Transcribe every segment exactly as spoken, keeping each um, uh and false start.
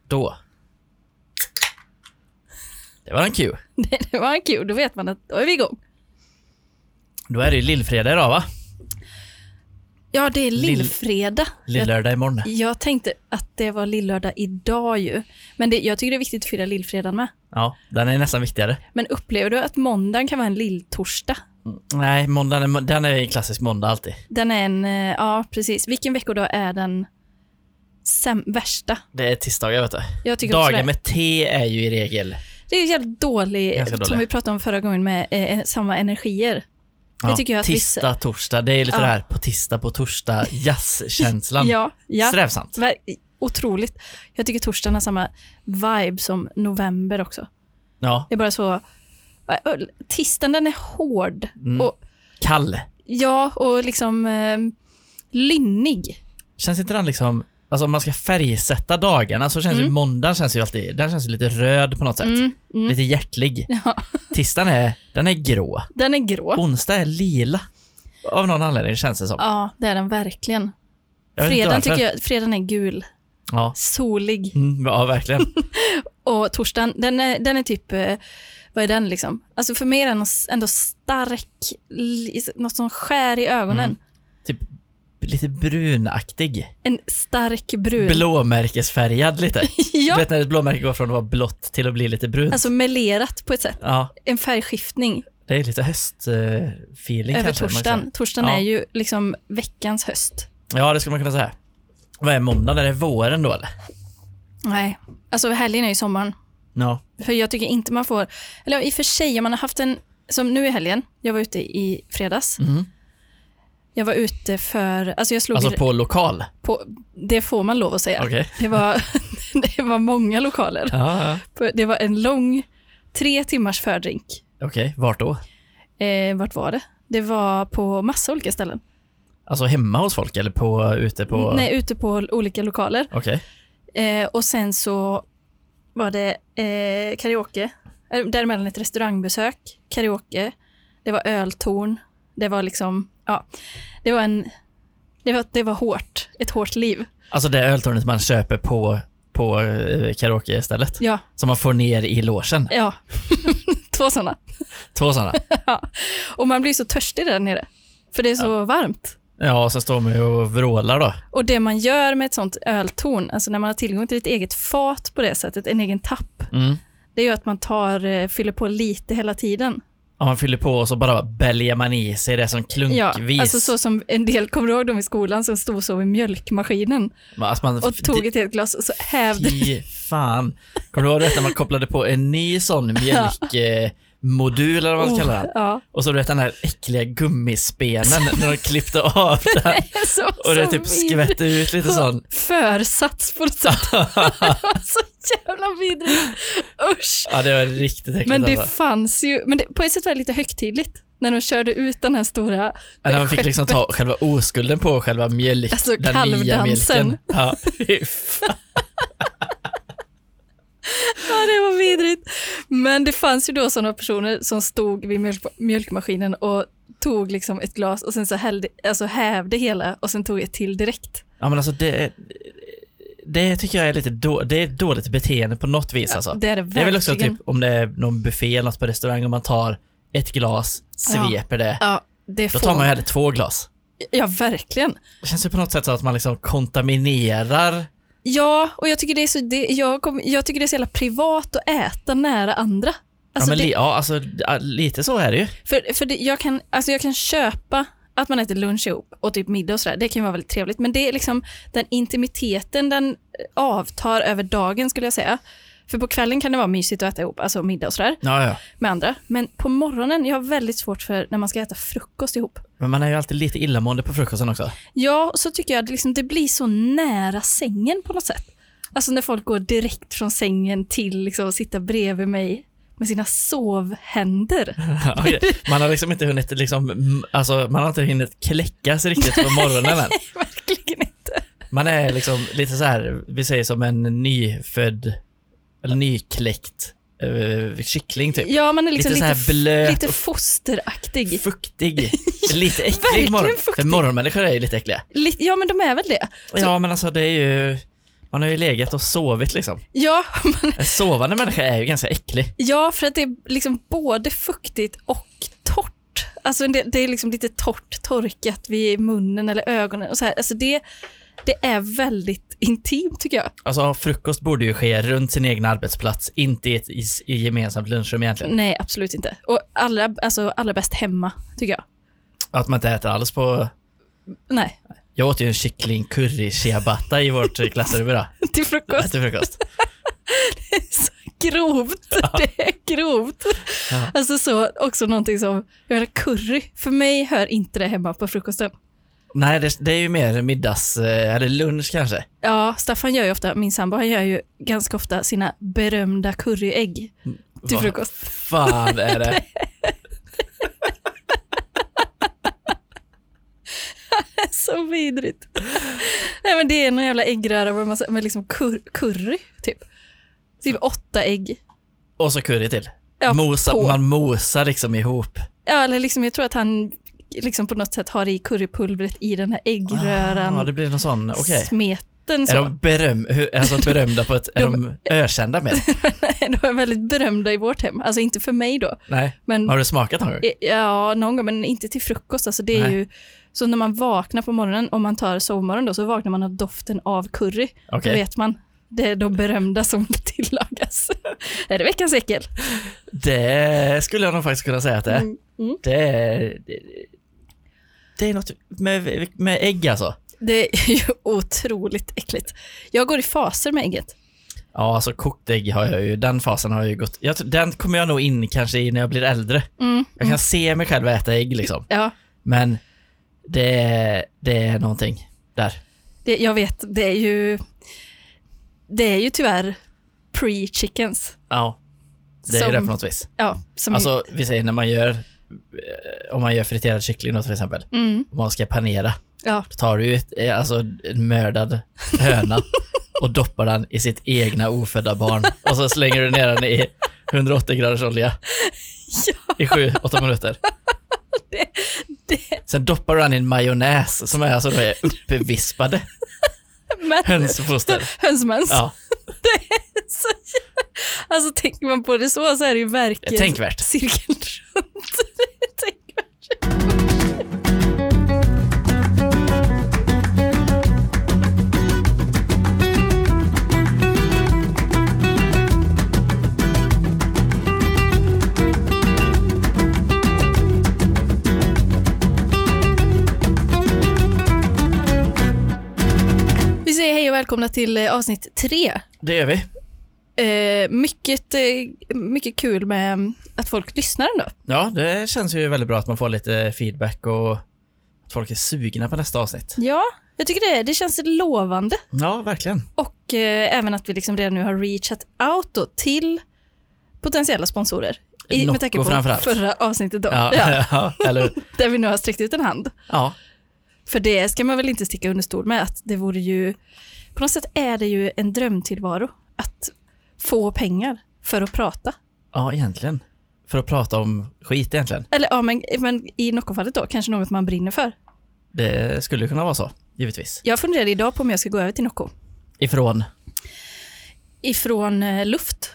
då. Det var en cue. Det, det var en cue, då vet man att då är vi igång. Då är det ju lillfredag idag, va? Ja, det är lillfredag. Lillördag imorgon. Jag, jag tänkte att det var lillördag idag ju. Men det, jag tycker det är viktigt att fira lillfredagen med. Ja, den är nästan viktigare. Men upplever du att måndagen kan vara en lilltorsdag? Mm, nej, måndagen är, den är en klassisk måndag alltid. Den är en, ja precis. Vilken veckodag är den säm- värsta? Det är tisdagar, vet du. Jag tycker Dagar med T är ju i regel... Det är ju jävligt dålig, som dålig. Vi pratade om förra gången med eh, samma energier. Ja, det tycker jag att tisdag, vissa... torsdag, det är lite ja. det här på tisdag, på torsdag, jazzkänslan. ja, ja. Strävsamt. Otroligt. Jag tycker torsdagen har samma vibe som november också. Ja. Det är bara så... Tisdagen, den är hård. Mm. Och, kall. ja, och liksom eh, lynnig. Känns inte den liksom... Alltså om man ska färgsätta dagarna så känns mm. ju måndagen känns ju alltid... Den känns ju lite röd på något sätt. Mm. Mm. Lite hjärtlig. Ja. Tisdagen är... Den är grå. Den är grå. Onsdag är lila. Av någon anledning känns det som. Ja, det är den verkligen. Fredagen tycker jag... Fredagen är gul. Ja. Solig. Mm, ja, verkligen. Och torsdagen, den är, den är typ... Vad är den liksom? Alltså för mig är den ändå stark... Något som skär i ögonen. Mm. Typ lite brunaktig. En stark brun. Blåmärkesfärgad lite. ja. Du vet när ett blåmärke går från att vara blått till att bli lite brunt. Alltså melerat på ett sätt. Ja. En färgskiftning. Det är lite höstfeeling uh, över kanske. Torsdagen. Torsdagen ja. är ju liksom veckans höst. Ja, det skulle man kunna säga. Vad är måndagen? Är det våren då eller? Nej, alltså helgen är ju sommaren. Ja. För jag tycker inte man får... Eller i och för sig, om man har haft en... Som nu i helgen. Jag var ute i fredags. Mm. Jag var ute för... Alltså, jag slog alltså på lokal? På, det får man lov att säga. Okay. Det, var, det var många lokaler. Ja, ja. Det var en lång tre timmars fördrink. Okej, okay. Vart då? Eh, vart var det? Det var på massa olika ställen. Alltså hemma hos folk eller på, ute på... Nej, ute på olika lokaler. Okej. Okay. Eh, och sen så var det eh, karaoke. Däremellan ett restaurangbesök. Karaoke. Det var öltorn. Det var liksom... Ja, det var en... Det var, det var hårt. Ett hårt liv. Alltså det öltornet man köper på, på eh, karaoke-stället? Ja. Som man får ner i logen? Ja. Två sådana. Två sådana? Ja. Och man blir så törstig där nere. För det är så ja. varmt. Ja, så står man ju och vrålar då. Och det man gör med ett sånt öltorn, alltså när man har tillgång till ett eget fat på det sättet, en egen tapp, mm. det är ju att man tar, fyller på lite hela tiden. Ja, man fyller på och så bara bäljer man i sig det som klunkvis. Ja, alltså så som en del kommer ihåg dem i skolan som stod så vid mjölkmaskinen alltså man, och tog ett helt glas och så hävde. Fy fan. Kommer du ihåg det när man kopplade på en ny sån mjölk... Ja. modul eller vad man oh, kallar den. Ja. Och så du vet den här äckliga gummispenen när de klippte av den. så, och det typ skvätte ut lite sån. Försats på något sätt. Så jävla vidrigt. Usch. Ja, det var riktigt äckligt. Men det alltså. fanns ju, men det, på ett sätt var det lite högtidligt när de körde ut den här stora ja, när man fick liksom ta själva oskulden på själva mjölk. Alltså den kalvdansen. Nya ja, ja, det var vidrigt. Men det fanns ju då sådana personer som stod vid mjölk- mjölkmaskinen och tog liksom ett glas och sen så hällde, alltså hävde hela och sen tog ett till direkt. Ja, men alltså det, det tycker jag är lite då, det är dåligt beteende på något vis. Alltså. Ja, det är det verkligen. Det är väl också typ om det är någon buffé eller något på restaurang och man tar ett glas, sveper ja. det. Ja, det då tar man ju hellre två glas. Ja, verkligen. Det känns ju på något sätt så att man liksom kontaminerar. Ja, och jag tycker det är så, det, jag, kom, jag tycker det är så jävla privat att äta nära andra. Alltså ja, men det, li, ja, alltså lite så är det ju. För, för det, jag, kan, alltså jag kan köpa att man äter lunch ihop och typ middag och sådär. Det kan ju vara väldigt trevligt. Men det är liksom den intimiteten, den avtar över dagen skulle jag säga. För på kvällen kan det vara mysigt att äta ihop, alltså middag och sådär ja, ja. med andra. Men på morgonen, jag har väldigt svårt för när man ska äta frukost ihop. Men man är ju alltid lite illamående på frukosten också. Ja, så tycker jag att liksom, det blir så nära sängen på något sätt. Alltså när folk går direkt från sängen till liksom, sitta bredvid mig med sina sovhänder. Okay. Man har liksom inte hunnit liksom, alltså man har inte hunnit kläckas riktigt på morgonen än. Nej, verkligen inte. Man är liksom lite så här, vi säger som en nyfödd eller nykläckt uh, kyckling typ. Ja, man är liksom lite, lite, så här blöt lite fosteraktig. Fuktig. Lite äcklig morgon. För morgonmänniskor är ju lite äckliga. Lite, ja, men de är väl det. Så. Ja, men alltså det är ju Man har ju legat och sovit liksom. Ja, men, En sovande människa är ju ganska äcklig. ja, för att det är liksom både fuktigt och torrt. Alltså det, det är liksom lite torrt, torkat vid munnen eller ögonen och så här. Alltså det, det är väldigt intimt tycker jag. Alltså frukost borde ju ske runt sin egen arbetsplats, inte i ett i, i gemensamt lunchrum egentligen. Nej, absolut inte. Och allra, alltså, allra bäst hemma tycker jag. Att man inte äter alls på... Nej, Jag åt ju en kyckling curry ciabatta i vårt klassrum idag. till frukost. Till frukost. Det är så grovt. Det är grovt. Ja. Alltså så, också någonting som, jag menar curry, för mig hör inte det hemma på frukosten. Nej, det, det är ju mer middags eh, eller lunch kanske. Ja, Staffan gör ju ofta, min sambo, han gör ju ganska ofta sina berömda curryägg till Vad frukost. fan är det? Så vidrigt. Nej, men det är en jävla äggröra med, massa, med liksom kur, curry, typ. Typ åtta ägg. Och så curry till. Ja, Mosa, på. man mosar liksom ihop. Ja, eller liksom, jag tror att han liksom på något sätt har i currypulvret i den här äggröran. Ja, det blir någon sån, okej. Smeten så. Är de beröm, hur, alltså berömda på ett, är de, De- ökända med? Nej, de är väldigt berömda i vårt hem. Alltså inte för mig då. Nej, Men, har du smakat någon gång? ja, någon gång, men inte till frukost. Alltså det är Nej. ju, så när man vaknar på morgonen, om man tar sovmorgon då, så vaknar man av doften av curry. Okej. Då vet man, det är de berömda som tillagas. Är det veckans äckel? Det skulle jag nog faktiskt kunna säga att det är. Mm. Mm. Det är, det, det är något med, med ägg alltså. Det är ju otroligt äckligt. Jag går i faser med ägget. Ja, alltså kokt ägg har jag ju, den fasen har jag ju gått, jag, tror- den kommer jag nog in kanske i när jag blir äldre. Mm. Jag kan se mig själv äta ägg liksom. Ja, Men det, det är någonting där. det, jag vet. Det är ju, det är ju tyvärr pre-chickens. Ja, det är Som- det på något vis. Ja, som Alltså, vi säger när man gör, eh, om man gör friterad kyckling då till exempel, mm, om man ska panera, ja. då tar du ju ett, eh, alltså, en mördad höna och doppar den i sitt egna ofödda barn och så slänger du ner den i hundraåttio graders olja Ja, i sju åtta minuter. det, det, Sen doppar du den i en majonnäs som är alltså då är uppvispade men, hönsfoster. hönsmens. Ja, Det är så, alltså tänker man på det så så är det ju verkligen tänkvärt. cirkeln runt. Det är tänkvärt. Vi säger hej och välkomna till eh, avsnitt tre. Det gör vi. Eh, mycket, eh, mycket kul med mm, att folk lyssnar ändå. Ja, det känns ju väldigt bra att man får lite feedback och att folk är sugna på nästa avsnitt. Ja, jag tycker det, det känns lovande. Ja, verkligen. Och eh, även att vi liksom redan nu har reachat out då till potentiella sponsorer. I, Nocco med tanke på framförallt. förra avsnittet då. Ja, Ja, ja. eller hur? där vi nu har sträckt ut en hand. Ja. För det ska man väl inte sticka under stol med att det vore ju, på något sätt är det ju en drömtillvaro att få pengar för att prata. Ja, egentligen. För att prata om skit egentligen. Eller ja, men, men i Nocco-fallet då, kanske något man brinner för. Det skulle kunna vara så, givetvis. Jag funderade idag på om jag ska gå över till Nocco. Ifrån. Ifrån eh, luft.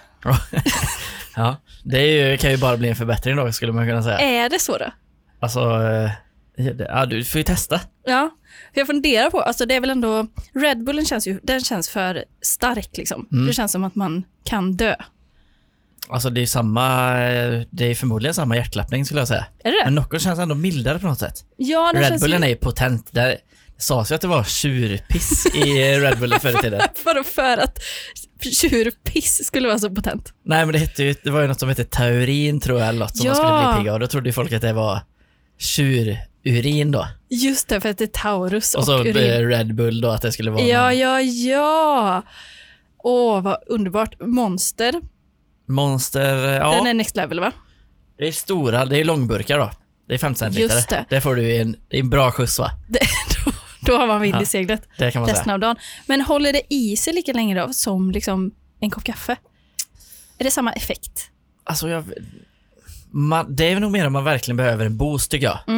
Ja, det är ju, kan ju bara bli en förbättring då, skulle man kunna säga. Är det så då? Alltså, eh, det- ja, du får ju testa. Ja, för jag funderar på, alltså det är väl ändå, Red Bullen känns ju, den känns för stark liksom. Mm. Det känns som att man kan dö. Alltså det är samma, det är förmodligen samma hjärtklappning skulle jag säga. Är det det? Men Nocco känns ändå mildare på något sätt. Ja, den Red känns Bullen ju, är ju potent. Det sades ju att det var tjurpiss i Red Bullen förr i tiden. för, för att tjurpiss skulle vara så potent. Nej, men det hette ju, det var ju något som hette taurin tror jag, eller något som Ja. man skulle bli pigg av. Då trodde ju folk att det var tjururin då. Just det, för att det är Taurus och, Och så urin. eh, Red Bull då, att det skulle vara Ja, någon ja, ja. Åh, vad underbart. Monster, monster. Ja, den är next level va? det är stora, det är långburkar då. Det är femtio centiliter. Just det. Det får du i en, det är en bra skjuts va? Det, då, då har man vind i Ja. seglet Det kan man resten säga. av dagen. Men håller det i sig lika länge då som liksom en kopp kaffe? Är det samma effekt? Alltså jag, man, det är nog mer om man verkligen behöver en boost tycker jag. Mm.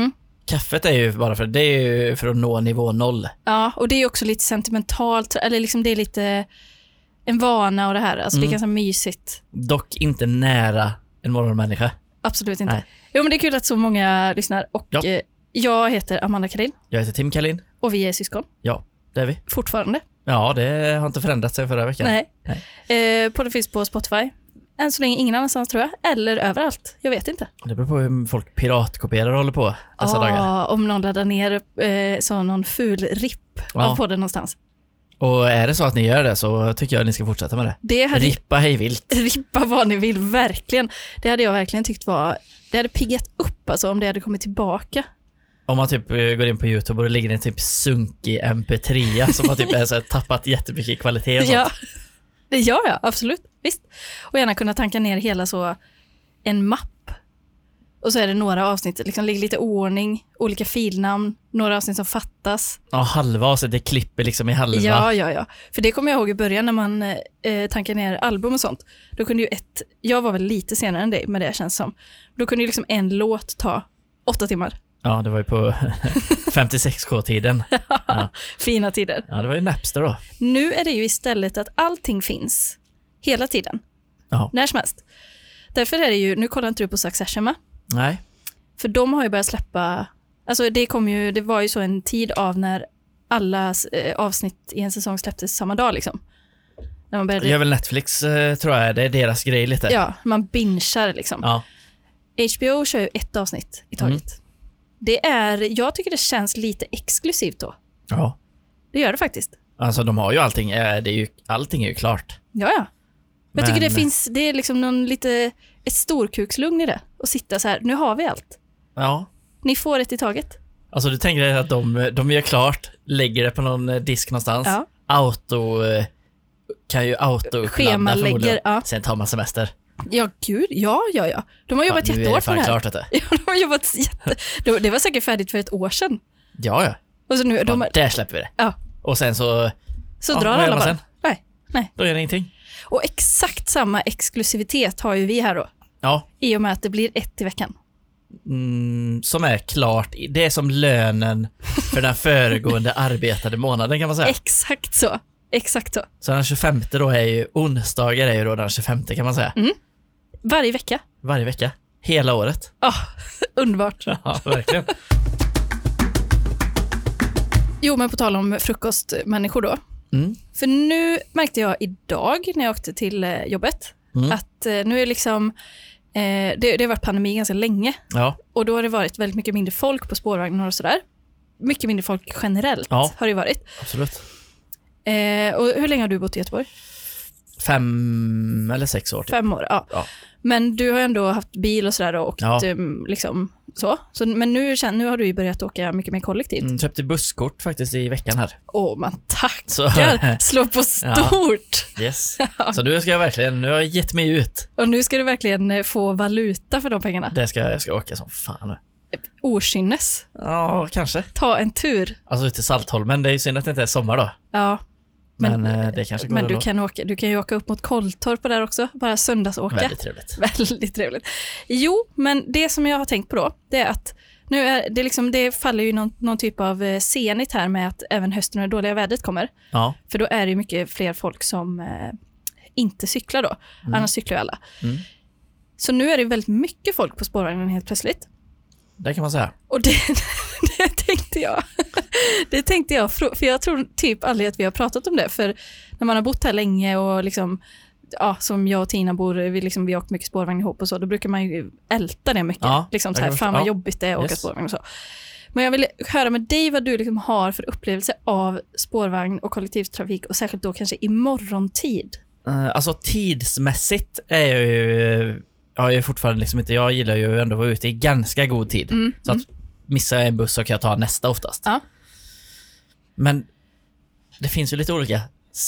Kaffet är ju bara för det är ju för att nå nivå noll. Ja, och det är också lite sentimentalt, eller liksom det är lite en vana och det här. Alltså mm. det är ganska mysigt. Dock inte nära en morgonmänniska. Absolut inte. Nej. Jo, men det är kul att så många lyssnar. Och ja. eh, jag heter Amanda Karin. Jag heter Tim Kalin. Och vi är syskon. Ja, det är vi. Fortfarande. Ja, det har inte förändrat sig förra veckan. Nej. Nej. Eh, podden finns på Spotify. Än så länge ingen annanstans tror jag. Eller överallt. Jag vet inte. Det beror på hur folk piratkopierar och håller på dessa ah, dagar. Ja, om någon laddar ner eh, så någon ful ripp ja. av podden någonstans. Och är det så att ni gör det så tycker jag att ni ska fortsätta med det. det hade, Rippa hej vilt. Rippa vad ni vill, verkligen. Det hade jag verkligen tyckt var... Det hade piggat upp alltså om det hade kommit tillbaka. Om man typ går in på YouTube och det ligger en typ sunkig M P tre som har typ är så här, tappat jättemycket kvalitet och sånt. Ja, det gör jag, absolut. Visst. Och gärna kunna tanka ner hela så en mapp. Och så är det några avsnitt, liksom ligger lite oordning, olika filnamn, några avsnitt som fattas. Ja, halva avsnitt, det klipper liksom i halva. Ja, ja, ja. För det kommer jag ihåg i början när man eh, tankade ner album och sånt. Då kunde ju ett, jag var väl lite senare än dig med det känns som. Då kunde ju liksom en låt ta åtta timmar. Ja, det var ju på femtiosex K-tiden. Ja. Fina tider. Ja, det var ju Napster då. Nu är det ju istället att allting finns hela tiden. Ja. När som helst. Därför är det ju, nu kollar inte du på Succession va? Nej. För de har ju börjat släppa, alltså det kom ju, det var ju så en tid av när alla eh, avsnitt i en säsong släpptes samma dag liksom. När man började... Det gör väl Netflix eh, tror jag, det är deras grej lite. Ja, man bingear liksom. Ja. H B O kör ju ett avsnitt i taget. Mm. Det är, jag tycker det känns lite exklusivt då. Ja. Det gör det faktiskt. Alltså de har ju allting, det är ju, allting är ju klart. Ja, ja. Men... Jag tycker det finns, det är liksom någon lite, ett storkukslugn i det. Och sitta så här, nu har vi allt. Ja. Ni får ett i taget. Alltså du tänker att de, de gör klart, lägger det på någon disk någonstans. Ja. Auto, kan ju auto schemalägger, ja. Sen tar man semester. Ja, gud, ja, ja, ja. De har jobbat ja, jättehårt med det här. Klart ja, de har jobbat jätte... Det var säkert färdigt för ett år sedan. Ja, ja. Och så nu, de... ja, där släpper vi det. Ja. Och sen så... Så ja, drar alla bara. Nej, nej. Då gör det ingenting. Och exakt samma exklusivitet har ju vi här då. Ja. I och med att det blir ett i veckan. Mm, som är klart. Det är som lönen för den föregående arbetade månaden kan man säga. Exakt så. Exakt så. Så den tjugofemte då är ju, onsdagar är ju då den tjugofemte kan man säga. Mm. Varje vecka. Varje vecka. Hela året. Ja, oh, underbart. Ja, verkligen. Jo, men på tal om frukostmänniskor då. Mm. För nu märkte jag idag när jag åkte till jobbet mm. att eh, nu är liksom eh, det, det har varit pandemi ganska länge. Ja. Och då har det varit väldigt mycket mindre folk på spårvagnar och sådär. Mycket mindre folk generellt ja. har det varit. Absolut. Eh, och hur länge har du bott i Göteborg? Fem eller sex år. Typ. Fem år, ja. ja. Men du har ändå haft bil och sådär och åkt ja. liksom så. så. Men nu, nu har du ju börjat åka mycket mer kollektivt. Mm, köpte busskort faktiskt i veckan här. Åh, man tackar. Slå på stort. Ja. Yes. Så nu ska jag verkligen, nu har jag gett mig ut. Och nu ska du verkligen få valuta för de pengarna. Det ska jag ska åka som fan nu. Okynnes. Ja, kanske. Ta en tur. Alltså ut till Saltholmen, det är ju synd att det inte är sommar då. Ja. Men, men det kanske går Men du kan, åka, du kan ju åka upp mot Kolltorp där också. Bara söndagsåka. Väldigt trevligt. Väldigt trevligt. Jo, men det som jag har tänkt på då, det är att nu är det liksom, det faller ju någon, någon typ av senigt här med att även hösten och det dåliga vädret kommer. Ja. För då är det ju mycket fler folk som eh, inte cyklar då. Mm. Annars cyklar ju alla. Mm. Så nu är det väldigt mycket folk på spårvagnen helt plötsligt. Det kan man säga. Och det, det tänkte jag. Det tänkte jag, för jag tror typ aldrig att vi har pratat om det. För när man har bott här länge och liksom, ja, som jag och Tina bor, vi, liksom, vi har åkt mycket spårvagn ihop och så, då brukar man ju älta det mycket. Ja, liksom så här, fan vad ja. jobbigt det är att yes. åka spårvagn och så. Men jag vill höra med dig vad du liksom har för upplevelse av spårvagn och kollektivtrafik och särskilt då kanske i morgontid. Uh, alltså tidsmässigt är jag ju... Ja, jag är fortfarande liksom inte, jag gillar ju ändå att vara ute i ganska god tid. Mm, så att mm. missar jag en buss så kan jag ta nästa oftast. Ja. Men det finns ju lite olika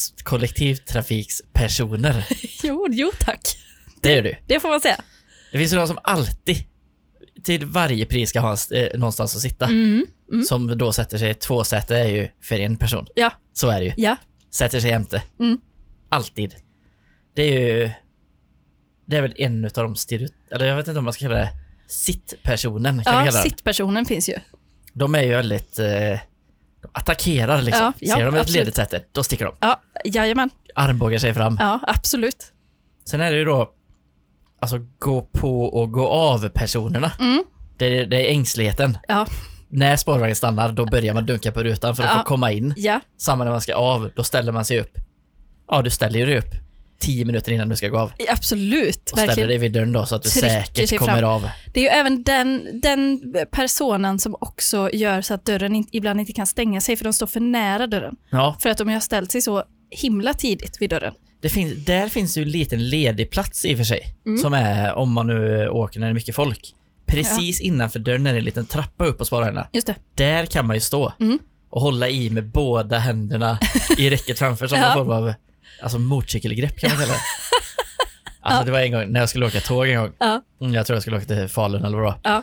kollektivtrafikspersoner. jo, jo tack. Det är du. Det får man säga. Det finns ju någon som alltid till varje pris ska ha en, eh, någonstans att sitta. Mm, mm. Som då sätter sig, två sätter är ju för en person. Ja. Så är det ju. Ja. Sätter sig jämte. Mm. Alltid. Det är ju... Det är väl en av de styr... Eller jag vet inte om man ska kalla det sittpersonen. Kan ja, sittpersonen finns ju. De är ju väldigt... Eh, de attackerar liksom. Ja, ja, Ser de ett absolut. ledigt sätt, då sticker de. Ja, jajamän. Armbågar sig fram. Ja, absolut. Sen är det ju då... Alltså gå på och gå av personerna. Mm. Det, det är ängsligheten. Ja. När spårvagnen stannar, då börjar man dunka på rutan för att Ja. få komma in. Ja. Samma när man ska av, då ställer man sig upp. Ja, du ställer ju dig upp tio minuter innan du ska gå av. Absolut. Och ställer dig vid dörren då så att du Trycker säkert sig kommer fram. av. Det är ju även den, den personen som också gör så att dörren in, ibland inte kan stänga sig för de står för nära dörren. Ja, För att de har ställt sig så himla tidigt vid dörren. det finns, där finns ju en liten ledig plats i och för sig. Mm. Som är, om man nu åker när det är mycket folk. Precis innanför dörren är det en liten trappa upp på spårvagnarna. Just det. Där kan man ju stå Mm. och hålla i med båda händerna i räcket framför som Ja. en form av alltså, motorcykelgrepp kan man kalla det. Alltså Ja. det var en gång när jag skulle åka tåg en gång. Ja. Mm, Jag tror jag skulle åka till Falun eller vad. Ja.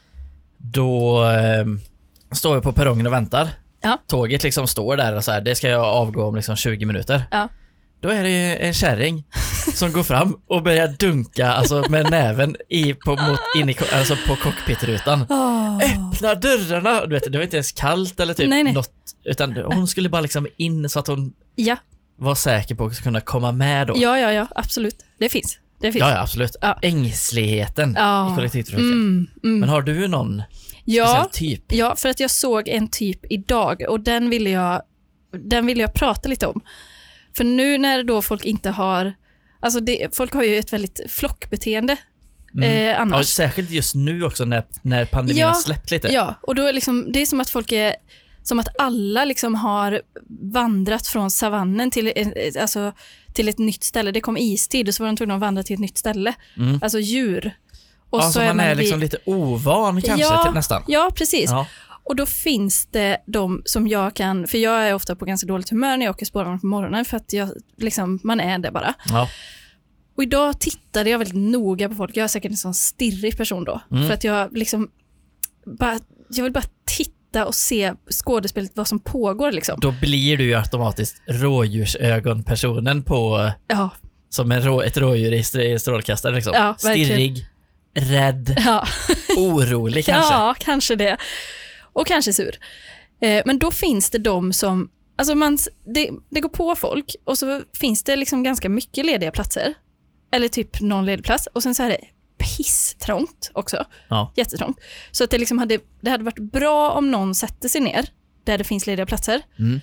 Då eh, står jag på perrongen och väntar. Ja. Tåget liksom står där och så här, det ska jag avgå om liksom tjugo minuter. Ja. Då är det en kärring som går fram och börjar dunka alltså med näven i, på, mot, in i, alltså på cockpitrutan. Oh. Öppna dörrarna! Du vet, det var inte ens kallt eller typ Nej, nej. något, utan hon skulle bara liksom in så att hon Ja. var säker på att kunna komma med då. ja, ja, ja, absolut. Det finns. Det finns. Ja, ja, absolut. Ja. Ängsligheten Ja. i kollektivtrafiken. Mm, mm. Men har du någon Ja, speciell typ? ja, för att jag såg en typ idag och den ville jag, den ville jag prata lite om. För nu när då folk inte har, alltså det, folk har ju ett väldigt flockbeteende Mm. eh, Ja, annars. särskilt just nu också när, när pandemin Ja, har släppt lite. Ja, och då är liksom, det är som att folk är, som att alla liksom har vandrat från savannen till, eh, alltså, till ett nytt ställe. Det kom istid och så var de tvungna att vandra till ett nytt ställe. Mm. Alltså djur. Och Ja, så man är vid- liksom lite ovan kanske Ja, till, nästan. Ja, precis. Ja. Och då finns det de som jag kan, för jag är ofta på ganska dåligt humör när jag åker spårvagn på morgonen för att jag, liksom, man är det bara. Ja. Och idag tittade jag väldigt noga på folk. Jag är säkert en sån stirrig person då. Mm. För att jag liksom, bara, jag vill bara titta och se skådespelet, vad som pågår liksom. Då blir du ju automatiskt rådjursögonpersonen på, Ja, som en rå, ett rådjur i str- i strålkastare liksom. Ja, verkligen. Stirrig, rädd, ja. orolig kanske. Ja, kanske det. Och kanske sur. Eh, men då finns det de som, alltså man, det, det går på folk och så finns det liksom ganska mycket lediga platser. Eller typ någon ledig plats. Och sen så är det pisstrångt också. Ja. Jättetrångt. Så att det liksom hade, det hade varit bra om någon sätter sig ner där det finns lediga platser. Mm.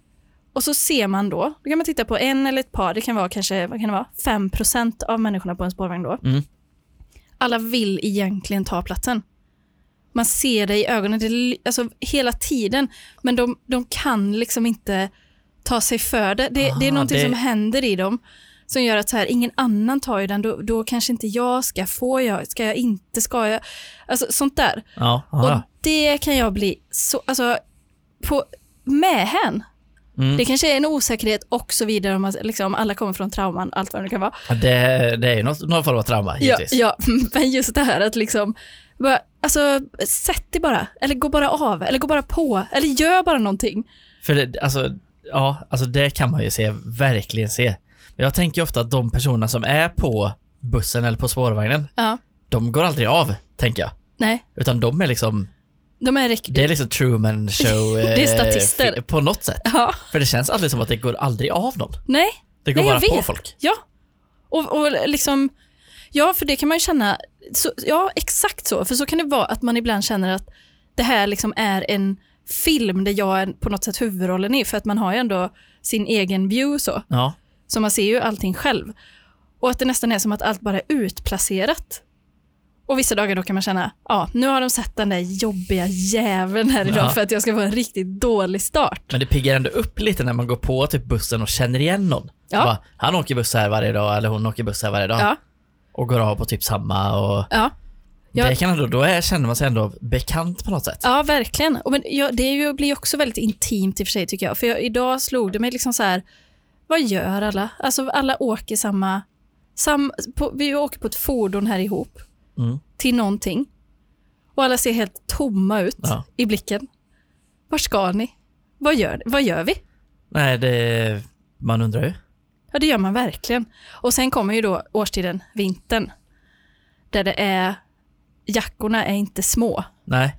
Och så ser man då, då kan man titta på en eller ett par, det kan vara kanske, vad kan det vara, fem procent av människorna på en spårvagn då. Mm. Alla vill egentligen ta platsen. Man ser det i ögonen, det, alltså hela tiden, men de, de kan liksom inte ta sig för det. Det, Ah, det är någonting det- som händer i dem som gör att så här, ingen annan tar ju den, då, då kanske inte jag ska, få jag, ska jag inte, ska jag, alltså sånt där. Ja. Och Aha. det kan jag bli så, alltså på, med hen. Mm. Det kanske är en osäkerhet och så vidare om man, liksom, alla kommer från trauman, allt vad det kan vara. Ja, Det, det är ju något, någon form av trauma, Ja, givetvis. ja, men just det här att liksom, bara, alltså sätt dig bara, eller gå bara av, eller gå bara på, eller gör bara någonting. För det, alltså, ja, alltså det kan man ju se, verkligen se. Men jag tänker ofta att de personerna som är på bussen eller på spårvagnen, Ja, de går aldrig av, tänker jag. nej, Utan de är liksom, de är riktigt, det är liksom Truman Show. Det är eh, statister. fi- På något sätt. ja, För det känns aldrig som att det går aldrig av någon. nej, Det går Nej, jag bara på vet. folk. ja. Och, och liksom, ja, för det kan man ju känna, så, ja, exakt så, för så kan det vara att man ibland känner att det här liksom är en film där jag är på något sätt huvudrollen i, för att man har ju ändå sin egen view så. Ja. Så man ser ju allting själv. Och att det nästan är som att allt bara är utplacerat. Och vissa dagar då kan man känna, ja, nu har de sett den där jobbiga jäveln här idag Ja. för att jag ska få en riktigt dålig start. Men det piggar ändå upp lite när man går på typ bussen och känner igen någon. Ja. Bara, han åker buss här varje dag eller hon åker buss här varje dag. Ja, Och går av på typ samma och ja, Ja. det kan ändå, då är, känner man sig ändå bekant på något sätt. ja verkligen. Och men, ja, det är ju, blir ju också väldigt intimt i och för sig tycker jag. För jag, idag slog det mig liksom så här, vad gör alla? Alltså alla åker samma, sam, på, vi åker på ett fordon här ihop Mm. till någonting. Och alla ser helt tomma ut Ja. i blicken. Var ska ni? Vad gör, vad gör vi? Nej, det, man undrar ju. Ja, det gör man verkligen. Och sen kommer ju då årstiden, vintern. Där det är, jackorna är inte små. Nej.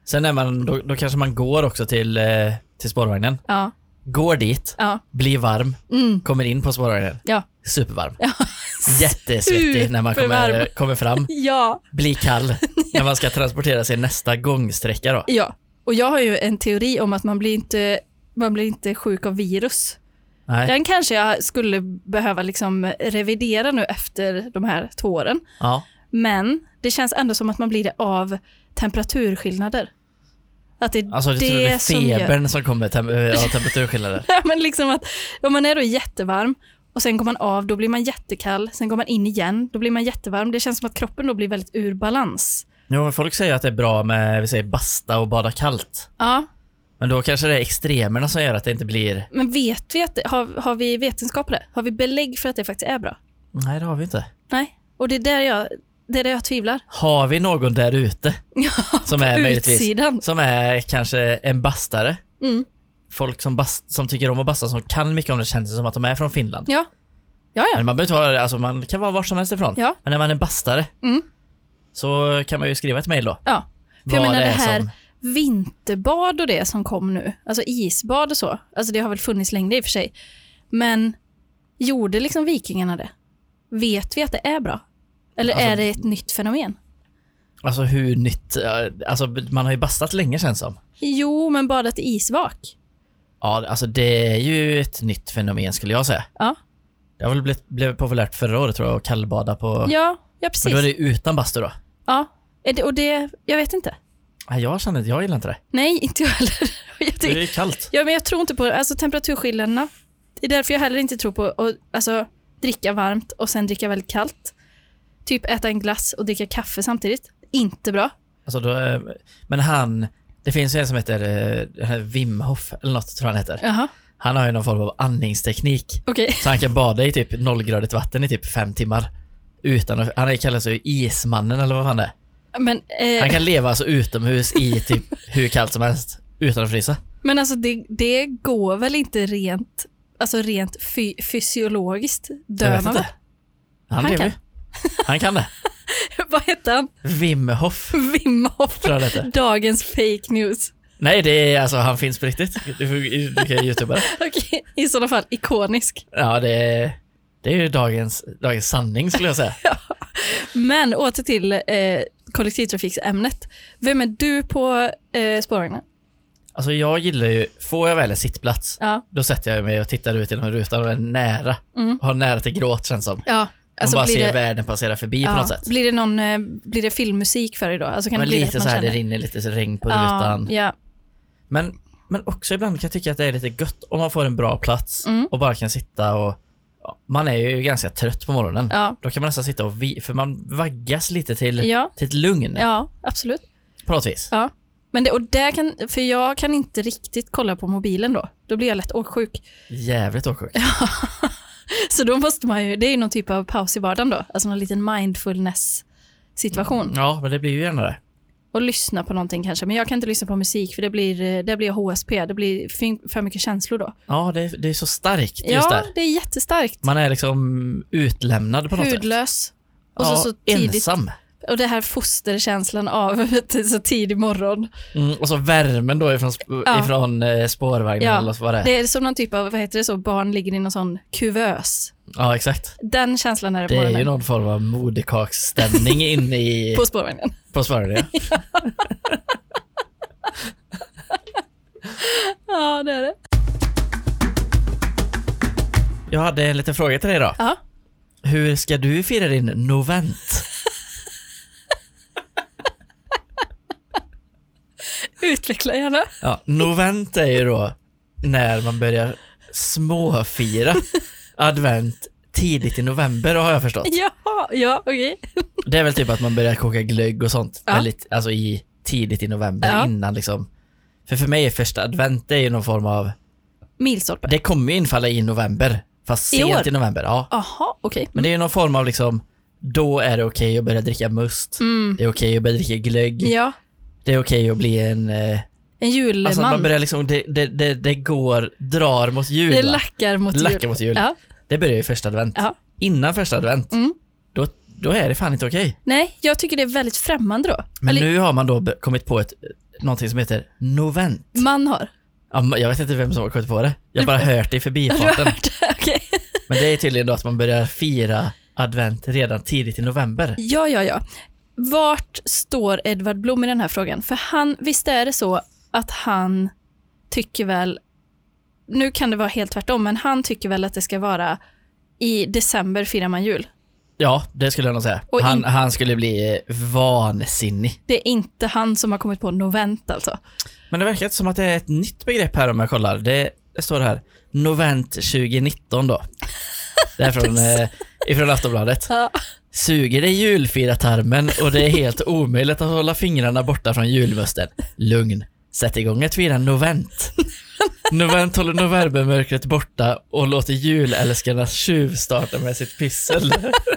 Sen är man, då, då kanske man går också till, eh, till spårvagnen. Ja. Går dit, Ja. blir varm, Mm. kommer in på spårvagnen. Ja. Supervarm. Ja. Jättesvettig när man kommer, Supervarm. kommer fram. Ja. Blir kall när man ska transportera sig nästa gångsträcka då. Ja. Och jag har ju en teori om att man blir inte, man blir inte sjuk av virus. Nej. Den kanske jag skulle behöva liksom revidera nu efter de här två åren. Ja. Men det känns ändå som att man blir det av temperaturskillnader. Att det är Alltså, jag tror det är som gör... febern som kommer tem- av temperaturskillnader. Ja, men liksom att om man är då jättevarm och sen går man av, då blir man jättekall. Sen går man in igen, då blir man jättevarm. Det känns som att kroppen då blir väldigt ur balans. Jo, men folk säger att det är bra med vi säger, basta och bada kallt. Ja, Men då kanske det är extremerna som gör att det inte blir... men vet vi att det, har, har vi vetenskap på det? Har vi belägg för att det faktiskt är bra? Nej, det har vi inte. Nej, och det är där jag, det är där jag tvivlar. Har vi någon där ute Ja, som är möjligtvis, utsidan. som är kanske en bastare? Mm. Folk som, bast, som tycker om att basta, som kan mycket om det, känns det som att de är från Finland. Ja, ja, ja. Men man behöver inte vara, alltså man kan vara var som helst ifrån. Ja. Men när man är bastare Mm. så kan man ju skriva ett mejl då. Ja. För jag Vad menar det är här som- vinterbad och det som kom nu, alltså isbad och så, alltså det har väl funnits länge i och för sig, men gjorde liksom vikingarna det? Vet vi att det är bra? Eller Alltså- är det ett nytt fenomen? Alltså hur nytt, alltså man har ju bastat länge känns som. Jo, men badat i isvak. Ja, alltså det är ju ett nytt fenomen skulle jag säga. Ja, Det har väl blivit, blivit populärt förra året tror jag, att kallbada på... ja, ja Men precis. då är det utan bastu då? Ja, är det, och det, jag vet inte. Nej, jag känner jag gillar inte det. Nej, inte jag heller. Jag Det tycker, är kallt. ja, men jag tror inte på alltså, temperaturskillnaderna. Det är därför jag heller inte tror på att alltså, dricka varmt och sen dricka väldigt kallt. Typ äta en glass och dricka kaffe samtidigt. Inte bra. Alltså då, är- men han, det finns ju en som heter eh, Wim Hof eller något tror jag han heter. Jaha, Han har ju någon form av andningsteknik. okej. Så han kan bada i typ nollgradigt vatten i typ fem timmar. Utan att, han är kallas ju ismannen eller vad fan det är. Men, eh, Han kan leva alltså utomhus i typ hur kallt som helst utan att frysa. men alltså det, det går väl inte rent, alltså rent fy, fysiologiskt? Jag Dör vet man inte. väl? Han, Han lever ju. kan. Han kan det. Vad heter han? Wim Hof Wim Hof. tror jag det heter. Dagens fake news. Nej, det är alltså han finns på riktigt. Du, får- du kan youtuba det. Okej, i sådana fall ikonisk. Ja, det är, det är ju dagens, dagens sanning skulle jag säga. Men åter till eh, kollektivtrafiksämnet. Vem är du på eh, spårvagnen? Alltså jag gillar ju, får jag väl en sittplats, Ja. då sätter jag mig och tittar ut genom rutan och är nära. Mm. Har nära till gråt känns som. Ja, Alltså bara blir ser det, världen passera förbi på ja, något sätt. blir det någon, eh, blir det filmmusik för dig då? Alltså kan Men det bli lite att så man här, det känner- rinner lite så regn på ja, rutan. ja, Men, men också ibland kan jag tycka att det är lite gött om man får en bra plats Mm. och bara kan sitta och... Ja, man är ju ganska trött på morgonen. ja, Då kan man nästan sitta och... Vi, för man vaggas lite till, ja, till ett lugn ja, absolut. på något vis. Ja. Men det, och där kan, för jag kan inte riktigt kolla på mobilen då. Då blir jag lätt åksjuk. Jävligt åksjuk. Så då måste man ju, det är ju någon typ av paus i vardagen då. Alltså någon liten mindfulness-situation. Ja, men det blir ju gärna det. Och lyssna på någonting kanske. Men jag kan inte lyssna på musik för det blir, det blir H S P. Det blir fin- för mycket känslor då. Ja, det, det är så starkt just Ja, där. det är jättestarkt. Man är liksom utlämnad på något sätt. Hudlös. Och Ja, så, så tidigt. ensam. Och det här fosterkänslan av till så tidig morgon. Mm, och så värmen då ifrån, sp- Ja. ifrån eh, spårvagnen Ja, eller vad det är. Det är som någon typ av, vad heter det så, barn ligger i någon sån kuvös. Ja, exakt. Den känslan är det på Det är morgonen. ju någon form av moderkaksstämning inne i... På spårvagnen. på spårvagnen, ja. Ja, det är det. Jag hade en liten fråga till dig då. Ja. Hur ska du fira din novent? Utveckla gärna. Ja, novent är ju då när man börjar småfira advent tidigt i november, har jag förstått. Jaha, ja, okej. Det är väl typ att man börjar koka glögg och sånt Ja. väldigt, alltså i tidigt i november Ja. innan liksom. För för mig är första advent det är ju någon form av, Milstolpe. det kommer ju infalla i november, fast I sent år? i november. Ja. Jaha, okej. Men det är ju någon form av liksom, då är det okej att börja dricka must. Mm. Det är okej att börja dricka glögg. Ja, Det är okej att bli en... Eh, en julman. alltså man börjar liksom, det, det, det, det går, drar mot jul. det va? lackar mot Det jul. lackar mot jul. Ja. Det börjar ju första advent. Ja. Innan första advent, Mm. då, då är det fan inte okej. Nej, jag tycker det är väldigt främmande då. Men Eller- nu har man då be- kommit på ett, någonting som heter novent. Man har. Ja, jag vet inte vem som har kommit på det. Jag har bara hört det i förbifarten. Okay. Men det är tydligen då att man börjar fira advent redan tidigt i november. Ja, ja, ja. Vart står Edvard Blom i den här frågan? För han, visst är det så att han tycker väl, nu kan det vara helt tvärtom, men han tycker väl att det ska vara i december firar man jul. Ja, det skulle jag nog säga. Och Han, in- han skulle bli vansinnig. Det är inte han som har kommit på novent alltså. Men det verkar inte som att det är ett nytt begrepp här om jag kollar. Det, det står här, novent tjugonitton då. Det är från, eh, ifrån Aftonbladet. Ja. Suger det julfiratarmen och det är helt omöjligt att hålla fingrarna borta från julmusten. Lugn. Sätt igång ett fira novent. Novent håller novembermörkret borta och låter julälskarna tjuvstarta med sitt pyssel.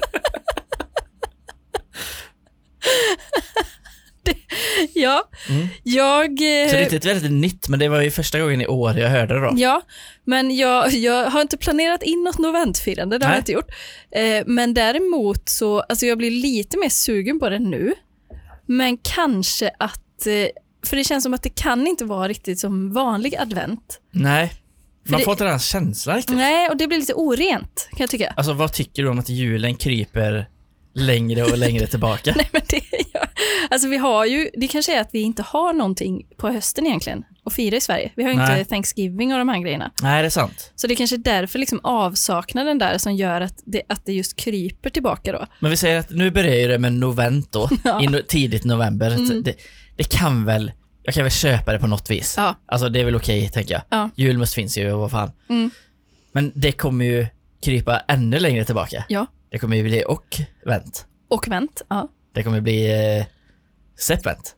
Ja, Mm. jag... eh, Så det är inte väldigt nytt, men det var ju första gången i år jag hörde det då. Ja, men jag, jag har inte planerat in något noventfirande, det har Nej. jag inte gjort. Eh, men däremot så, alltså jag blir lite mer sugen på det nu. Men kanske att, eh, för det känns som att det kan inte vara riktigt som vanlig advent. Nej, man det- får inte den känslan riktigt. Nej, och det blir lite orent kan jag tycka. Alltså vad tycker du om att julen kryper längre och längre tillbaka? Nej, men det, ja. Alltså vi har ju, det kanske är att vi inte har någonting på hösten egentligen att fira i Sverige. Vi har ju Nej. inte Thanksgiving och de här grejerna. Nej, det är sant. Så det kanske är därför liksom avsaknaden där som gör att det, att det just kryper tillbaka då. Men vi säger att nu börjar ju det med novent då, Ja. i no- tidigt november. Mm. Det, det kan väl, jag kan väl köpa det på något vis. Ja. Alltså det är väl okej, tänker jag. Ja. Julmust finns ju och vad fan. Mm. Men det kommer ju krypa ännu längre tillbaka. Ja. Det kommer ju bli och vänt. Och vänt, ja. Det kommer bli eh, seppvänt.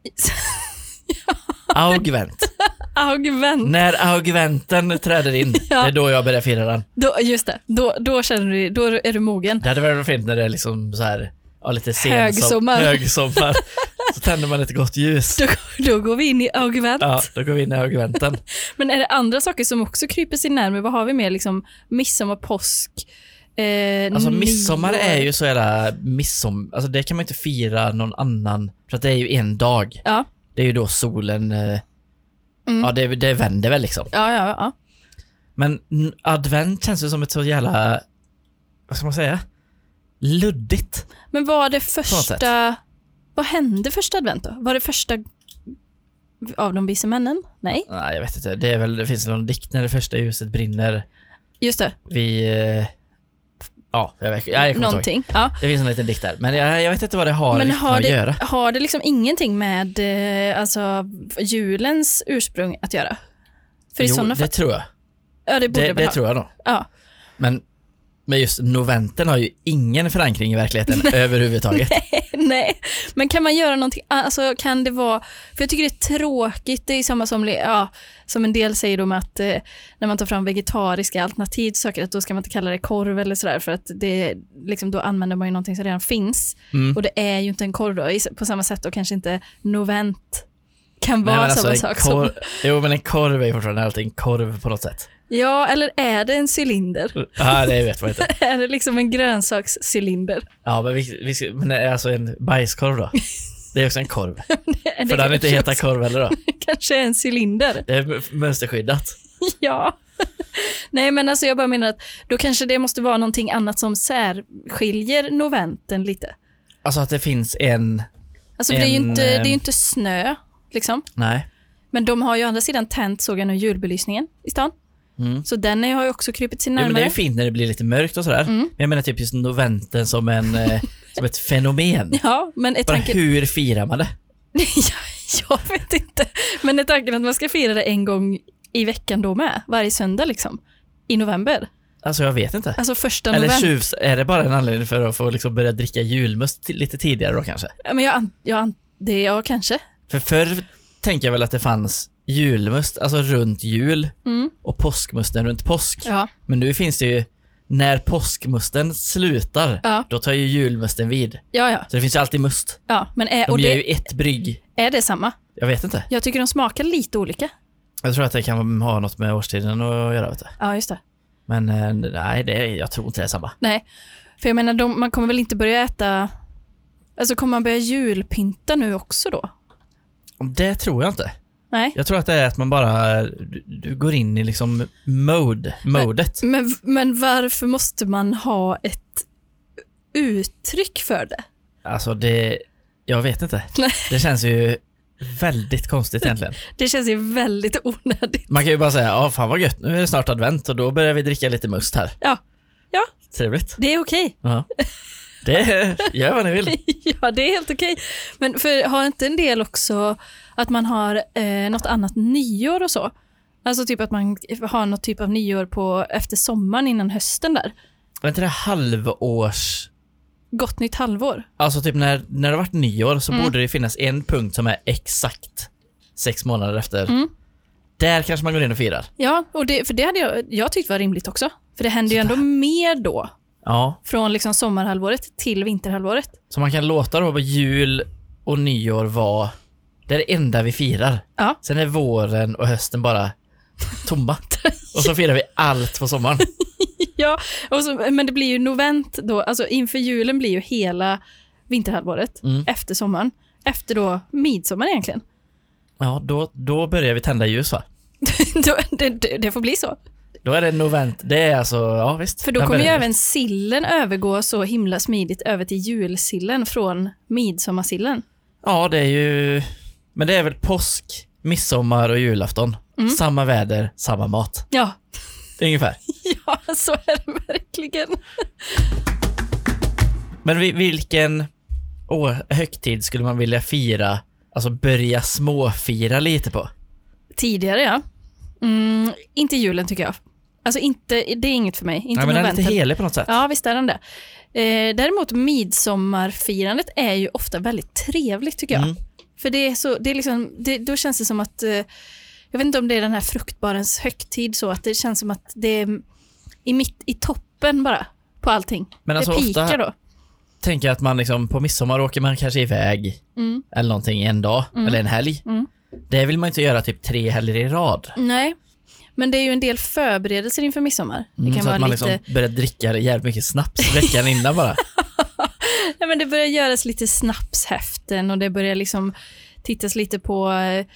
Augvänt. Augvänt. När augventen träder in, Ja. det är då jag börjar fira den. Då, just det, då, då känner du, då är du mogen. Det hade varit fint när det är liksom så här, ja, lite sen Högsommar. högsommar. Så tänder man ett gott ljus. Då, då går vi in i augvänt. Ja, då går vi in i augventen. Men är det andra saker som också kryper sig närmare? Vad har vi mer? Liksom midsommar, påsk, eh, Alltså midsommar nyår. är ju så jävla midsom, alltså det kan man inte fira någon annan, för att det är ju en dag. Ja. Det är ju då solen, eh, Mm. ja det, det vänder väl liksom. Ja, ja, ja. Men n- advent känns ju som ett så jävla, vad ska man säga, luddigt. Men var det något sätt. första... Vad hände första advent då? Var det första av de vise männen? Nej, Nej, jag vet inte. Det är väl, det finns någon dikt när det första ljuset brinner. just det. Vi, eh, ja, jag vet, jag kommer inte ihåg. Någonting. Ja. Det finns en liten dikt där, men jag, jag vet inte vad det har, Men med har att det, göra. har det liksom ingenting med eh, alltså, julens ursprung att göra? För i Jo, sådana det fall... tror jag. Ja, det borde Det, väl det ha. tror jag nog. Ja. Men, men just noventen har ju ingen förankring i verkligheten överhuvudtaget. Nej, men kan man göra någonting, alltså kan det vara, för jag tycker det är tråkigt, det är samma som, ja, som en del säger om att eh, när man tar fram vegetariska alternativ till saker, att då ska man inte kalla det korv eller sådär, för att det, liksom, då använder man ju någonting som redan finns, Mm. och det är ju inte en korv då, i- på samma sätt, och kanske inte novent kan Nej, vara men samma alltså, sak en korv, som, jo, men en korv är ju fortfarande alltid en korv på något sätt. ja, eller är det en cylinder? Ja, det vet man inte. Är det liksom en grönsakscylinder? Ja, men, vi, vi, ska- men är alltså en bajskorv då? Det är också en korv. Det För den inte kanske- heta korv heller då. kanske är en cylinder. Det är mönsterskyddat. Ja. Nej, men alltså jag bara menar att då kanske det måste vara någonting annat som särskiljer noventen lite. Alltså att det finns en, Alltså för det är ju En, inte, det är ju ehm, inte snö, liksom. nej. Men de har ju å andra sidan tänt, såg jag nu, julbelysningen i stan. Mm. Så den är- har ju också krypit sig Ja, men närmare. det är ju fint när det blir lite mörkt och sådär. Mm. Men jag menar typ just noventen som, en, eh, som ett fenomen. Ja, men ett Bara tanke... hur firar man det? jag vet inte. Men ett tanken att man ska fira det en gång i veckan då med, varje söndag liksom. I november. Alltså jag vet inte. Alltså första Eller november. tjuvs, är det bara en anledning för att få liksom börja dricka julmust t- lite tidigare då kanske? Ja, men jag, an- jag an- det, ja, kanske. För förr tänker jag väl att det fanns julmust, alltså runt jul, Mm. och påskmusten runt påsk. Ja, Men nu finns det ju, när påskmusten slutar, ja, då tar ju julmusten vid. ja, ja. Så det finns ju alltid must. ja. Men är, De och gör det, ju ett brygg. är det samma? Jag vet inte. Jag tycker de smakar lite olika. Jag tror att det kan ha något med årstiden att göra, vet du. Ja, just det. Men eh, nej, det, jag tror inte det är samma. Nej, för jag menar, de, man kommer väl inte börja äta... Alltså kommer man börja julpynta nu också då? Det tror jag inte. Nej. Jag tror att det är att man bara du, du går in i liksom mode, modet. Men, men, men varför måste man ha ett uttryck för det? Alltså det, jag vet inte. Nej. Det känns ju väldigt konstigt egentligen. Det känns ju väldigt onödigt. Man kan ju bara säga, ja fan vad gött, nu är det snart advent och då börjar vi dricka lite must här. Ja, ja. Trevligt. Det är okej. Ja. Det, gör vad ni vill. Ja, det är helt okej. Men för har inte en del också att man har eh, något annat nyår och så? Alltså typ att man har något typ av nyår på efter sommaren innan hösten där. Var inte det halvårs... Gott nytt halvår. Alltså typ när, när det har varit nyår så Mm. borde det finnas en punkt som är exakt sex månader efter. Mm. Där kanske man går in och firar. Ja, och det, för det hade jag, jag tyckt var rimligt också. För det händer ju ändå mer då. Ja, Från liksom sommarhalvåret till vinterhalvåret. så man kan låta då jul och nyår vara det är det enda vi firar. Ja. Sen är våren och hösten bara tomma. Och så firar vi allt på sommaren. Ja, och så, men det blir ju novent då. Alltså inför julen blir ju hela vinterhalvåret. Mm. Efter sommaren. Efter då midsommar egentligen. Ja, då, då börjar vi tända ljus va? då, det, det, det får bli så. Då är det novent. Det är alltså, ja visst. För då Den kommer ju börjar- även sillen övergå så himla smidigt över till julsillen från midsommarsillen. Ja, det är ju... Men det är väl påsk, midsommar och julafton. Mm. Samma väder, samma mat. Ja, Ungefär. ja så är det verkligen. Men vi- vilken åh, högtid skulle man vilja fira? Alltså börja småfira lite på. Tidigare, ja. Mm, inte julen tycker jag. Alltså inte, det är inget för mig. Inte Ja, men den är noventen. lite helig på något sätt. Ja, visst är den det. Eh, däremot midsommarfirandet är ju ofta väldigt trevligt tycker jag. Mm. För det är så, det är liksom, det, då känns det som att, eh, jag vet inte om det är den här fruktbarens högtid så, att det känns som att det är i, mitt, i toppen bara på allting. Men alltså det pikar ofta då. tänker jag att man liksom på midsommar åker man kanske iväg Mm. eller någonting en dag Mm. eller en helg. Mm. Det vill man inte göra typ tre helger i rad. Nej, men det är ju en del förberedelser inför midsommar. Det Mm, kan så vara att man lite... liksom börjar dricka jävligt mycket snaps veckan innan bara. Nej, men det börjar göras lite snapshäften och det börjar liksom tittas lite på... eh,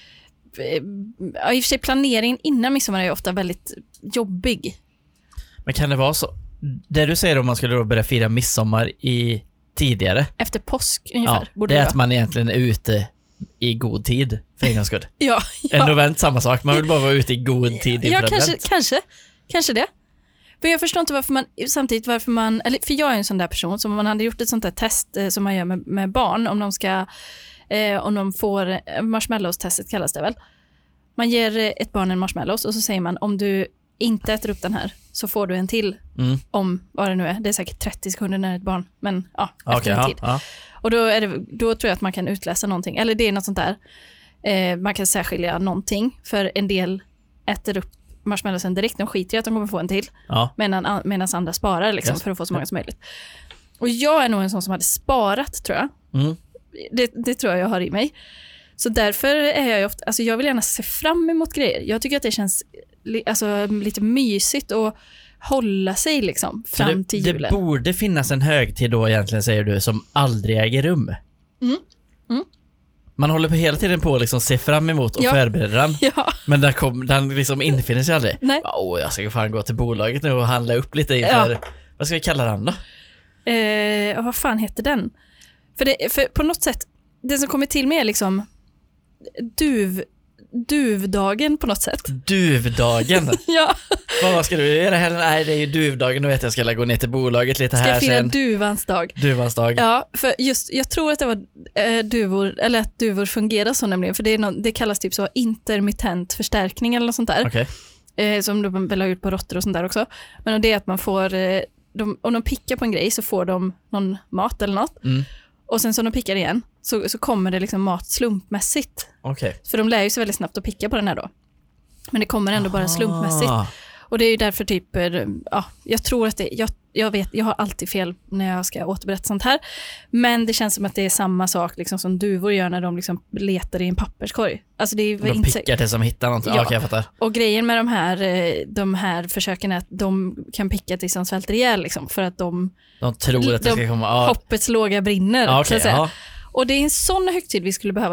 Ja, i och för sig planeringen innan midsommar är ju ofta väldigt jobbig. Men kan det vara så? Det du säger om man skulle då börja fira midsommar i tidigare. Efter påsk Ja, ungefär. borde det är det att vara. man egentligen är ute i god tid för en gångs skull. Ja, En ja, novent samma sak, man vill bara vara ute i god tid inför ja advent. kanske, kanske, kanske det. Men jag förstår inte varför man, samtidigt varför man, eller för jag är en sån där person som om man hade gjort ett sånt där test eh, som man gör med, med barn, om de ska, eh, om de får, eh, marshmallows-testet kallas det väl. Man ger eh, ett barn en marshmallows och så säger man om du inte äter upp den här så får du en till Mm. om vad det nu är. Det är säkert trettio sekunder när det är ett barn, men ja, efter Okej, en ja, tid. ja. Och då, är det, då tror jag att man kan utläsa någonting, eller det är något sånt där. Eh, man kan särskilja någonting, för en del äter upp marshmallowsen direkt, de skiter i att de kommer få en till, Ja. medan, medan andra sparar liksom, Yes. för att få så många som möjligt. Och jag är nog en sån som hade sparat, tror jag. Mm. Det, det tror jag jag har i mig. Så därför är jag ju ofta, alltså jag vill gärna se fram emot grejer. Jag tycker att det känns li, alltså, lite mysigt att hålla sig liksom Så fram det, till det julen. borde finnas en högtid då egentligen, säger du, som aldrig äger rum. Mm. Mm. Man håller på hela tiden på att liksom se fram emot och Ja. förbereda den. Ja, Men den, kom, den liksom infinner sig aldrig. nej. Åh, jag ska fan gå till bolaget nu och handla upp lite inför... Vad ska vi kalla den då? Eh, vad fan heter den? För, det, för på något sätt, det som kommer till mig är liksom duv, duvdagen på något sätt. Duvdagen. Ja, Vad vad ska du göra här? Nej, det är ju duvdagen. Nu vet jag, jag ska gå ner till bolaget lite ska här jag fira sen. duvans dag. Duvans dag. Ja, för just, jag tror att det var eh, duvor, eller att duvor fungerar så nämligen, för det, är någon, det kallas typ så intermittent förstärkning eller något sånt där, Okej. eh, som de väl har gjort på råttor och sånt där också. Men det är att man får, eh, de, om de pickar på en grej så får de någon mat eller något, Mm. och sen så de pickar igen så, så kommer det liksom mat slumpmässigt. Okej. För de lär ju sig väldigt snabbt att picka på den här då. Men det kommer ändå bara slumpmässigt. Ah. Och det är ju därför typ, eh, ja, jag tror att det, jag, jag vet, jag har alltid fel när jag ska återberätta sånt här. Men det känns som att det är samma sak liksom som duvor gör när de liksom letar i en papperskorg. Alltså det är De inte så, pickar tills de hittar någonting. Ja. Okej, jag fattar. och grejen med de här, eh, de här försöken är att de kan picka tills de svälter ihjäl liksom, för att de, De tror att det De ska komma... Ah. hoppets låga brinner. Ah, så okej, att säga. ja. Och det är en sån högtid vi skulle behöva då.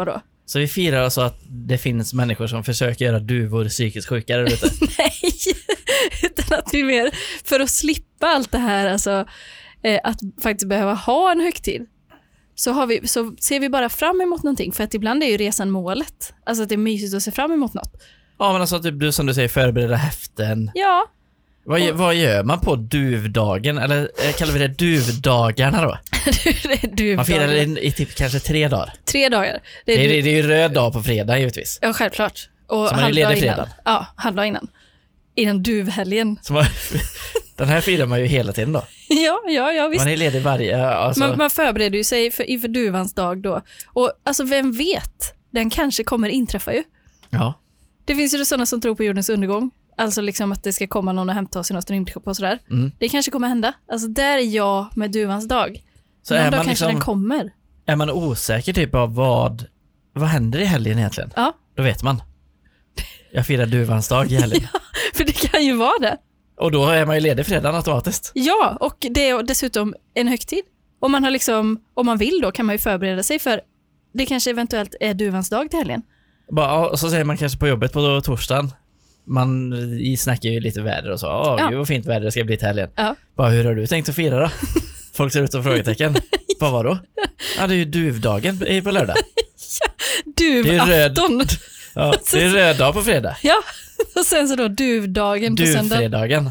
Så vi firar så att det finns människor som försöker göra duvor psykiskt sjuka där ute. Nej, utan att vi mer, för att slippa allt det här, alltså eh, att faktiskt behöva ha en högtid, så, har vi, så ser vi bara fram emot någonting, för att ibland är ju resan målet. Alltså att det är mysigt att se fram emot något. Ja, men alltså typ du som du säger, förbereda häften. Ja. Vad, och, vad gör man på duvdagen? Eller eh, kallar vi det duvdagarna då? det är duvdagen. Man firar det i typ kanske tre dagar. Tre dagar. Det är, det är, det är ju röd dag på fredag givetvis. Ja, självklart. Och så man är ledig fredag. Ja, halvdag innan. Innan duvhelgen. Så man, den här firar man ju hela tiden då. Ja, ja, ja visst. Man är ledig varje... Alltså. Man, man förbereder ju sig för, inför duvans dag då. Och alltså vem vet? Den kanske kommer inträffa ju. Ja. Det finns ju sådana som tror på jordens undergång. Alltså liksom att det ska komma någon och hämta oss i något rymdshop och sådär. Mm. Det kanske kommer hända. Alltså där är jag med duvans dag. Så någon är dag man kanske liksom, den kommer. Är man osäker typ av vad... Vad händer i helgen egentligen? Ja. Då vet man. Jag firar duvans dag i helgen. Ja, för det kan ju vara det. Och då är man ju ledig fredagen automatiskt. Ja, och det är dessutom en högtid. Om man har liksom, om man vill då kan man ju förbereda sig för det kanske eventuellt är duvans dag till helgen. Bara, och så säger man kanske på jobbet på torsdagen. Man i snackar ju lite väder och så. Åh, ja. Gud vad fint väder det ska bli till helgen. Ja. Bara, hur har du tänkt att fira då? Folk ser ut som frågetecken. Vad var då? Ja, det är ju duvdagen på lördag. Ja, duvafton. Ja, det är röd dag på fredag. Ja, och sen så då duvdagen på söndag. Duvfredagen.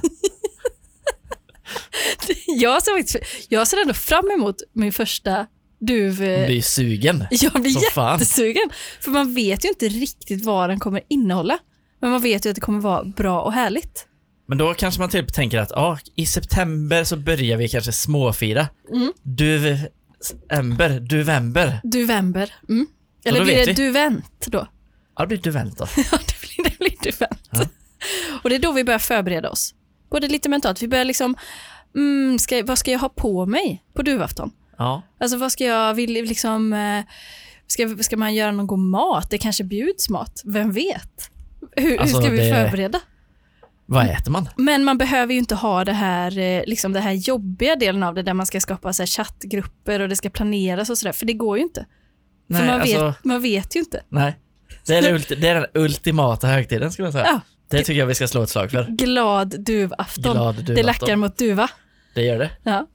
jag, ser, jag ser ändå fram emot min första duv... Du blir sugen. Jag blir jättesugen. Fan. För man vet ju inte riktigt vad den kommer innehålla. Men man vet ju att det kommer vara bra och härligt. Men då kanske man typ tänker att ja, i september så börjar vi kanske småfira. Mm. Duvember, duvember. Duvember. Mm. Eller blir det duvent då? Ja, det blir duvent då. Ja, det blir, det blir duvent. Ja. Och det är då vi börjar förbereda oss. Både lite mentalt. Vi börjar liksom, mm, ska, vad ska jag ha på mig på duvafton? Ja. Alltså vad ska jag, vill liksom, ska, ska man göra någon god mat? Det kanske bjuds mat. Vem vet? Hur, alltså, hur ska vi det... förbereda? Vad äter man? Men man behöver ju inte ha det här, liksom det här jobbiga delen av det där man ska skapa så här chattgrupper och det ska planeras och sådär. För det går ju inte. Nej, för man, alltså, vet, man vet ju inte. Nej, det är, det, det är den ultimata högtiden skulle jag säga. Ja. Det tycker jag vi ska slå ett slag för. Glad duvafton. Glad duvafton. Det lackar mot duva. Det gör det. Ja.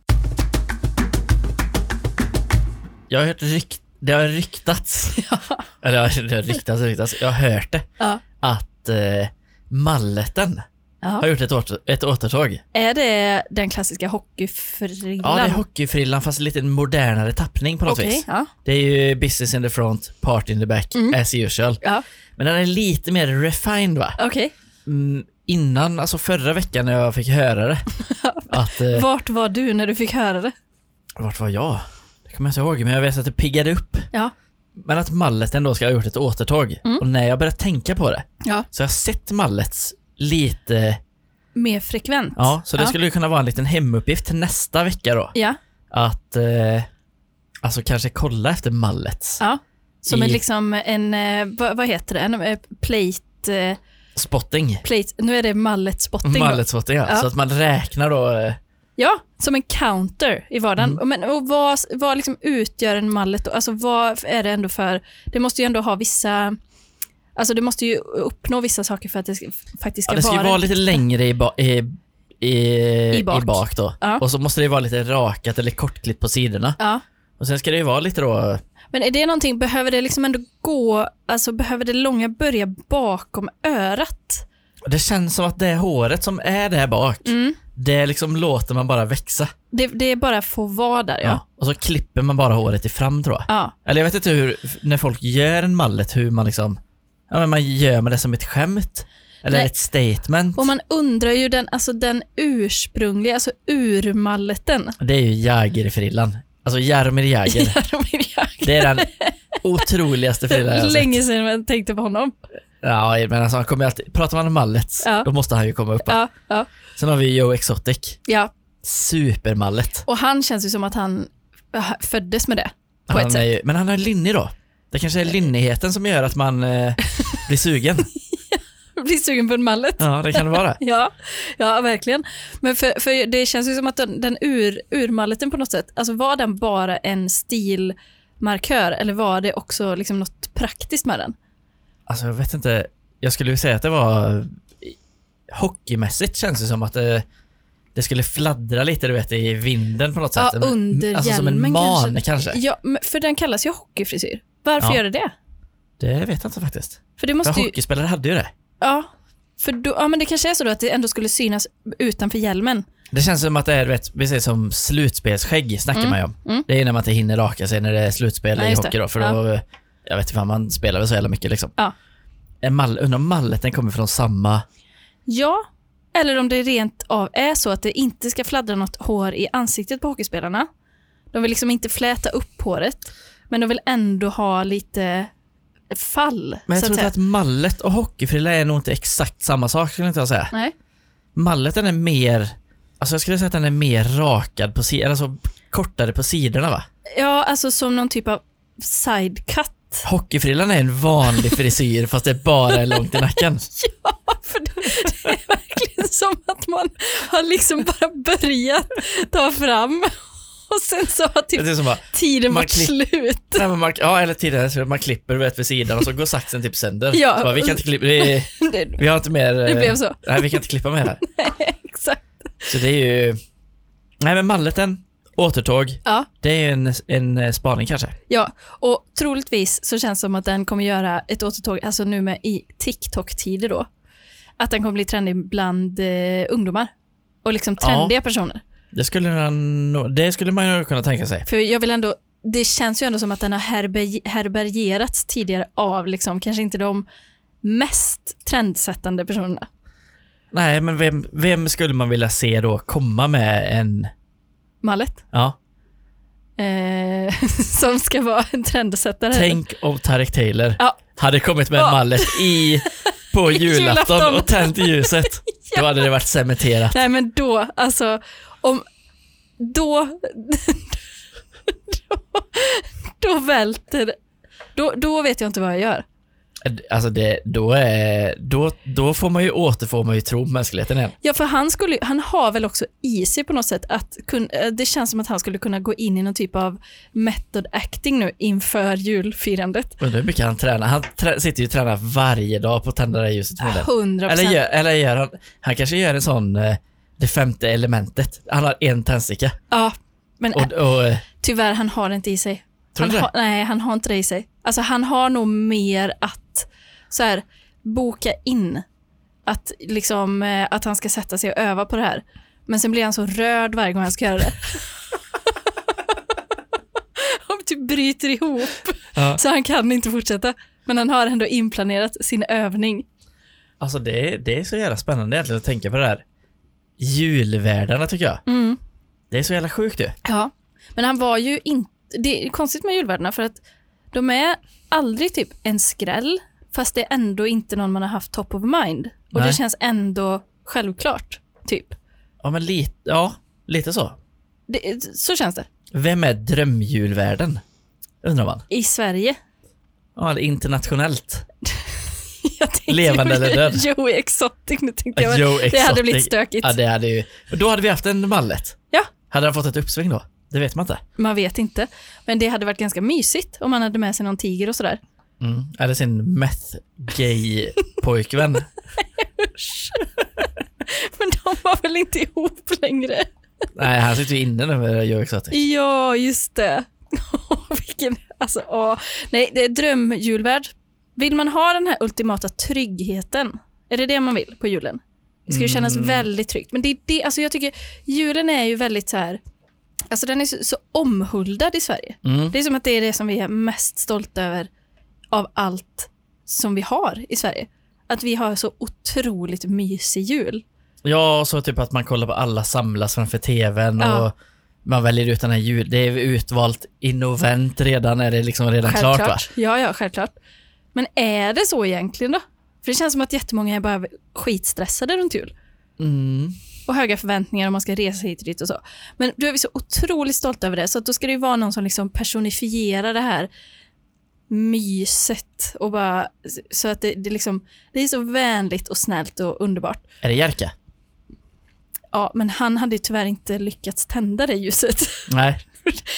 Jag har hört rykt, det har ryktats. Ja. Eller det har ryktats, ryktats. Jag har hört det. Ja. Att eh, Malleten ja. har gjort ett, åter, ett återtåg. Är det den klassiska hockeyfrillan? Ja, det är hockeyfrillan fast lite modernare tappning på något okay, vis. Ja. Det är ju business in the front, party in the back, mm. as usual. Ja. Men den är lite mer refined va? Okej. Okay. Mm, innan, alltså förra veckan när jag fick höra det. att, eh, vart var du när du fick höra det? Vart var jag? Det kommer jag inte ihåg, men jag vet att det piggade upp. Ja. Men att Malleten då ska ha gjort ett återtåg. Mm. Och när jag började tänka på det ja. så har jag sett Mallets lite... mer frekvent. Ja, så det ja. skulle ju kunna vara en liten hemuppgift till nästa vecka då. Ja. Att eh, alltså kanske kolla efter Mallets. Ja, som I... är liksom en, eh, vad, vad heter det? En eh, plate... Eh, spotting. Plate, nu är det Mallet-spotting. Mallet-spotting, ja. ja. Så att man räknar då... Eh, ja, som en counter i vardagen. Mm. Men och vad, vad liksom utgör en mallet då? Alltså vad är det ändå för... Det måste ju ändå ha vissa... Alltså det måste ju uppnå vissa saker för att det ska, faktiskt ska ja, det ska vara... Det ska vara lite längre i, ba, i, i, I, bak. i bak då. Ja. Och så måste det vara lite rakat eller kortklippt på sidorna. Ja. Och sen ska det ju vara lite då... Men är det någonting, behöver det liksom ändå gå... Alltså behöver det långa börja bakom örat? Det känns som att det håret som är där bak, mm. det liksom låter man bara växa. Det, det är bara få vara där, ja. ja. Och så klipper man bara håret i fram, tror jag. Ja. Eller jag vet inte hur, när folk gör en mallet, hur man liksom... Ja, men man gör man det som ett skämt. Eller Nej. ett statement. Och man undrar ju den, alltså den ursprungliga, alltså urmalleten. Det är ju Jägerfrillan. Alltså Jaromir Jäger. Jaromir Jäger. Det är den otroligaste frillan jag har sett. Länge sedan jag tänkte på honom. Ja, men alltså han kommer alltid... Pratar man om mallets, ja. då måste han ju komma upp. Ja, ja. Sen har vi Joe Exotic. Ja. Supermallet. Och han känns ju som att han föddes med det. På han ett sätt. Ju, men han har linnig då. Det kanske är linnigheten som gör att man eh, blir sugen. Blir sugen på en mallet. Ja, det kan det vara. ja, ja, verkligen. Men för, för det känns ju som att den, den ur, urmalleten på något sätt, alltså var den bara en stil markör eller var det också liksom något praktiskt med den? Alltså jag vet inte, jag skulle ju säga att det var hockeymässigt, känns det som att det, det skulle fladdra lite, du vet, i vinden på något Ja, sätt. under alltså som en hjälmen man kanske. kanske. Ja, men för den kallas ju hockeyfrisyr. Varför Ja. gör det det? Det vet jag inte faktiskt. För det måste För ju... hockeyspelare hade ju det. Ja, för då, ja, men det kanske är så då att det ändå skulle synas utanför hjälmen. Det känns som att det är, vet, vi säger som slutspelsskägg snackar Mm. man ju om. Mm. Det är när man inte hinner raka sig när det är slutspel Nej, i just hockey det. då, för Ja. då, jag vet inte fan, man spelar väl så jävla mycket liksom. Ja. En mall, undrar om mallet, den kommer från samma... Ja, eller om det rent av är så att det inte ska fladdra något hår i ansiktet på hockeyspelarna. De vill liksom inte fläta upp håret, men de vill ändå ha lite fall. Men jag så tror att att, säga. att mallet och hockeyfrilla är nog inte exakt samma sak, skulle jag inte säga. Nej. Mallet, den är mer... Alltså jag skulle säga att den är mer rakad på sidorna, alltså kortare på sidorna, va? Ja, alltså som någon typ av sidecut. Hockeyfrillan är en vanlig frisyr fast det bara är långt i nacken. Ja, för det det är verkligen som att man har liksom bara börjat ta fram och sen så har typ Det är som bara, tiden man varit klipp- slut. nej, men man, ja, eller tidigare så man klipper vet, vid sidan och så går saxen typ sönder. Ja. Så bara, vi kan inte klippa, vi, Det, vi har inte mer... det blev så. Nej, vi kan inte klippa mer här. Exakt. Så det är ju... Nej, men malleten, återtåg, Ja. det är ju en, en spaning kanske. Ja, och troligtvis så känns det som att den kommer göra ett återtåg, alltså nu med i TikTok-tider då, att den kommer bli trendig bland eh, ungdomar och liksom trendiga Ja. personer. Det skulle, man, det skulle man ju kunna tänka sig. För jag vill ändå, det känns ju ändå som att den har herber, herbergerats tidigare av liksom, kanske inte de mest trendsättande personerna. Nej, men vem, vem skulle man vilja se då komma med en... Mallet. Ja, Eh, som ska vara en trendsättare. tänk om Tarek Taylor Ja. hade kommit med en Ja. mallet i, på julafton Julafton. och tänt ljuset. Då hade det varit cementerat. Nej, men då, alltså, om, då, då, då välter, då, då vet jag inte vad jag gör. Alltså det, då, är, då, då får man ju återfå man ju tro på mänskligheten igen. Ja, för han skulle, han har väl också i sig på något sätt att kun, det känns som att han skulle kunna gå in i någon typ av method acting nu inför julfirandet. Undrar hur mycket han tränar. Han trä, sitter ju och tränar varje dag på att tända det här ljuset. hundra procent. Eller, gör, eller gör han, han kanske gör en sån, eh, det femte elementet. Han har en tändsticka. Ja, men Och, och, eh, tyvärr, han har det inte i sig. Tror Han du det? har, nej, han har inte det i sig. Alltså han har nog mer att så här, boka in att, liksom, eh, att han ska sätta sig och öva på det här. Men sen blir han så rörd varje gång han ska göra det. Han typ bryter ihop. ja. Så han kan inte fortsätta. Men han har ändå inplanerat sin övning. Alltså det, det är så jävla spännande egentligen att tänka på det här. Julvärdarna tycker jag. Mm. Det är så jävla sjukt ju. Ja, men han var ju inte... Det är konstigt med julvärdarna för att de är aldrig typ en skräll, fast det är ändå inte någon man har haft top of mind. Och Nej. det känns ändå självklart, typ. Ja, men lite, ja, lite så. Det, så känns det. Vem är drömjulvärden? Undrar man. I Sverige. Ja, eller internationellt. Jag tänkte Levande eller död? Joey Exotic, nu tänkte jag. Joe Det Exotic. hade blivit stökigt. Ja, det hade ju... Då hade vi haft en mallet. Ja. Hade han fått ett uppsving då? Det vet man inte. Man vet inte. Men det hade varit ganska mysigt om man hade med sig någon tiger och sådär. Mm. Eller sin meth-gay-pojkvän. Men de var väl inte ihop längre? Nej, han sitter ju inne nu med Joe Exotic. Ja, just det. Vilken, alltså, åh. Nej, det är drömjulvärd. Vill man ha den här ultimata tryggheten? Är det det man vill på julen? Det ska ju kännas Mm. väldigt tryggt. Men det är det, alltså jag tycker julen är ju väldigt så här, alltså den är så, så omhuldad i Sverige. Mm. Det är som att det är det som vi är mest stolta över av allt som vi har i Sverige. Att vi har så otroligt mysig jul. Ja, så typ att man kollar på alla samlas framför tvn Ja. och man väljer ut den här jul. Det är utvalt i november redan, är det liksom redan klart, va? Ja, ja, självklart. Men är det så egentligen då? För det känns som att jättemånga är bara skitstressade runt jul. Mm. Och höga förväntningar om man ska resa hit och dit och så. Men då är vi så otroligt stolta över det. Så att då ska det ju vara någon som liksom personifierar det här myset. Och bara, så att det, det, liksom, det är så vänligt och snällt och underbart. Är det Jerka? Ja, men han hade ju tyvärr inte lyckats tända det ljuset. Nej.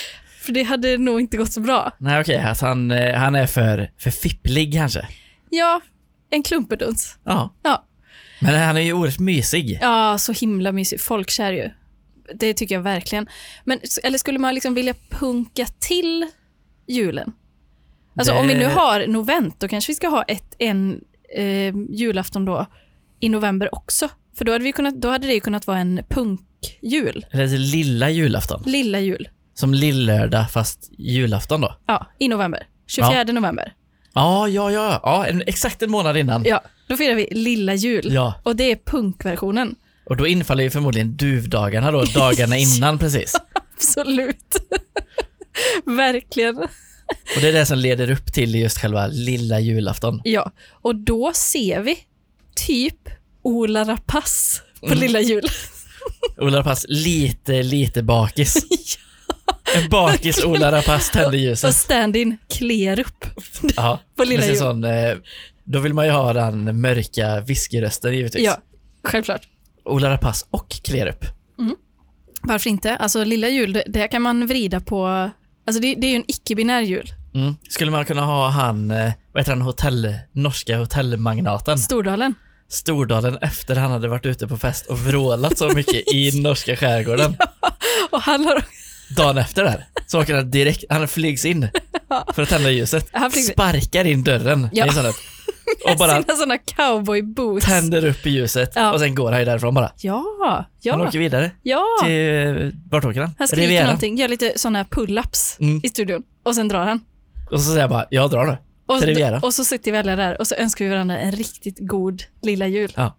För det hade nog inte gått så bra. Nej okej, okay, alltså han, han är för, för fipplig kanske. Ja, en klumpeduns. Ja. Ja. Men han är ju oerhört mysig. Ja, så himla mysig. Folkkär ju. Det tycker jag verkligen. Men, eller skulle man liksom vilja punka till julen? Alltså det... om vi nu har novent, då kanske vi ska ha ett, en eh, julafton då i november också. För då hade, vi kunnat, då hade det ju kunnat vara en punkjul. Eller lilla julafton. Lilla jul. Som lillördag fast julafton då. Ja, i november. tjugofjärde ja. november. Ja, ja, ja. ja en, exakt en månad innan. Ja, då firar vi lilla jul. Ja. Och det är punkversionen. Och då infaller ju förmodligen duvdagarna då, dagarna innan precis. Absolut. Verkligen. Och det är det som leder upp till just själva lilla julafton. Ja, och då ser vi typ Ola Rapace på mm. lilla jul. Ola Rapace lite, lite bakis. Ja. En bakis Ola Rapace tänder ljuset. Och stand-in kler upp ja. på lilla jul. Sån, då vill man ju ha den mörka whiskyrösten givetvis. Ja, självklart. Ola Rapace och kler upp. Mm. Varför inte? Alltså lilla jul, det, det kan man vrida på. Alltså det, det är ju en icke-binär jul. Mm. Skulle man kunna ha han, vad heter han, hotell, norska hotellmagnaten? Stordalen. Stordalen efter han hade varit ute på fest och vrålat så mycket i norska skärgården. Ja, och han har... Dagen efter där, så åker han direkt, han flygs in för att tända ljuset. Flygs... Sparkar in dörren. Ja. Och bara sina såna cowboy boots. Tänder upp i ljuset ja. Och sen går han ju därifrån bara. Ja, ja. Han åker vidare. Ja. Till, vart åker han? Han skriker Riviera. Någonting, gör lite såna pull-ups mm. i studion. Och sen drar han. Och så säger jag bara, jag drar nu. Och så, och så sitter vi alla där och så önskar vi varandra en riktigt god lilla jul. Ja.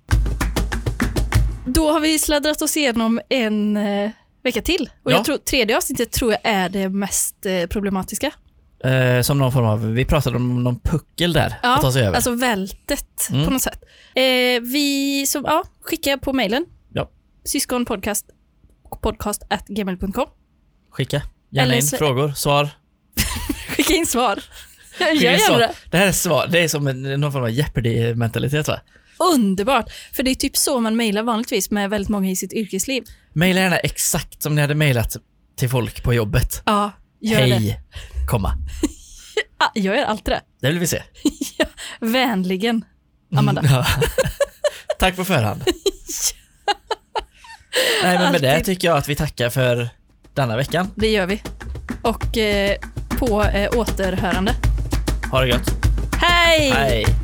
Då har vi sladdrat oss igenom en eh, vecka till. Och ja. jag tror tredje avsnittet tror jag är det mest eh, problematiska. Eh, som någon form av, vi pratade om någon puckel där ja, att ta sig över. Alltså vältet mm. på något sätt. Eh, vi som, ja, skickar på mejlen. Ja. Syskonpodcast podcast at gmail punkt com. Skicka. Gärna in så... frågor, svar. Skicka in svar. Jag gör gärna det. Det här är svar. Det är som en, någon form av Jeopardy-mentalitet va? Underbart. För det är typ så man mejlar vanligtvis med väldigt många i sitt yrkesliv. Mejla gärna exakt som ni hade mejlat till folk på jobbet. Ja, gör Hej, det. komma. Ja, jag gör allt det. Det vill vi se. Ja, vänligen, Amanda. Mm, ja. Tack på förhand. Nej, men med det tycker jag att vi tackar för denna veckan. Det gör vi. Och eh, på eh, återhörande. Ha det gött. Hej! Hej!